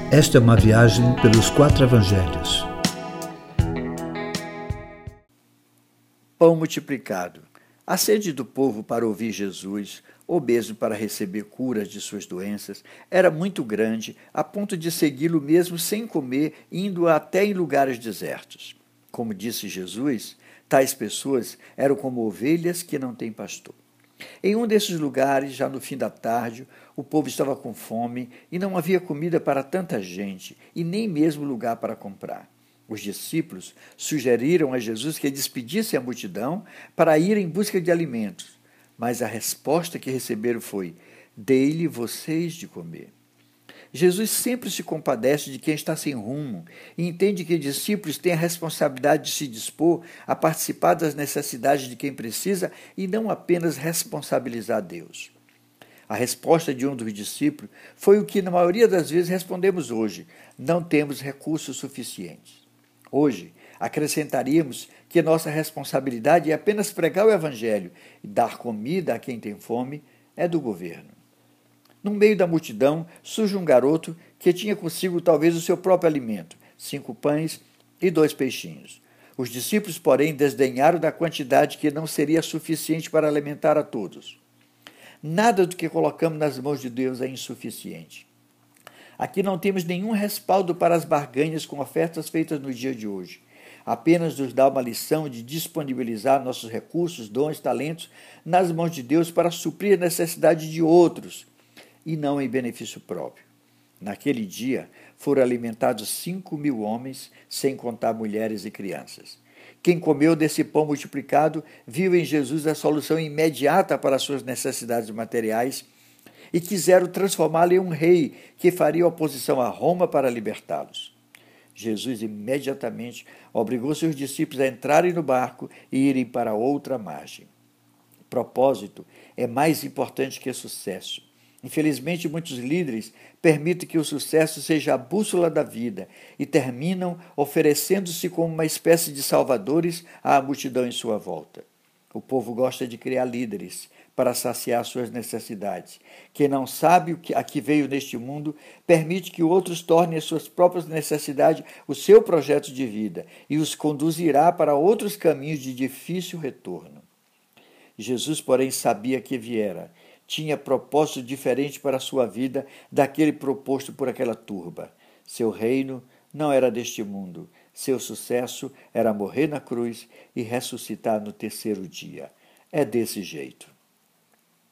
Esta é uma viagem pelos 4 evangelhos. Pão multiplicado. A sede do povo para ouvir Jesus, obeso para receber curas de suas doenças, era muito grande, a ponto de segui-lo mesmo sem comer, indo até em lugares desertos. Como disse Jesus, tais pessoas eram como ovelhas que não têm pastor. Em um desses lugares, já no fim da tarde, o povo estava com fome e não havia comida para tanta gente, e nem mesmo lugar para comprar. Os discípulos sugeriram a Jesus que despedisse a multidão para ir em busca de alimentos, mas a resposta que receberam foi: dei-lhe vocês de comer. Jesus sempre se compadece de quem está sem rumo e entende que discípulos têm a responsabilidade de se dispor a participar das necessidades de quem precisa e não apenas responsabilizar Deus. A resposta de um dos discípulos foi o que na maioria das vezes respondemos hoje: não temos recursos suficientes. Hoje, acrescentaríamos que nossa responsabilidade é apenas pregar o Evangelho e dar comida a quem tem fome é do governo. No meio da multidão surge um garoto que tinha consigo talvez o seu próprio alimento, 5 pães e 2 peixinhos. Os discípulos, porém, desdenharam da quantidade que não seria suficiente para alimentar a todos. Nada do que colocamos nas mãos de Deus é insuficiente. Aqui não temos nenhum respaldo para as barganhas com ofertas feitas no dia de hoje. Apenas nos dá uma lição de disponibilizar nossos recursos, dons, talentos nas mãos de Deus para suprir a necessidade de outros, e não em benefício próprio. Naquele dia, foram alimentados 5.000 homens, sem contar mulheres e crianças. Quem comeu desse pão multiplicado viu em Jesus a solução imediata para as suas necessidades materiais e quiseram transformá-lo em um rei que faria oposição a Roma para libertá-los. Jesus imediatamente obrigou seus discípulos a entrarem no barco e irem para outra margem. Propósito é mais importante que sucesso. Infelizmente, muitos líderes permitem que o sucesso seja a bússola da vida e terminam oferecendo-se como uma espécie de salvadores à multidão em sua volta. O povo gosta de criar líderes para saciar suas necessidades. Quem não sabe a que veio neste mundo permite que outros tornem as suas próprias necessidades o seu projeto de vida e os conduzirá para outros caminhos de difícil retorno. Jesus, porém, sabia que viera. Tinha propósito diferente para a sua vida daquele proposto por aquela turba. Seu reino não era deste mundo. Seu sucesso era morrer na cruz e ressuscitar no 3º dia. É desse jeito.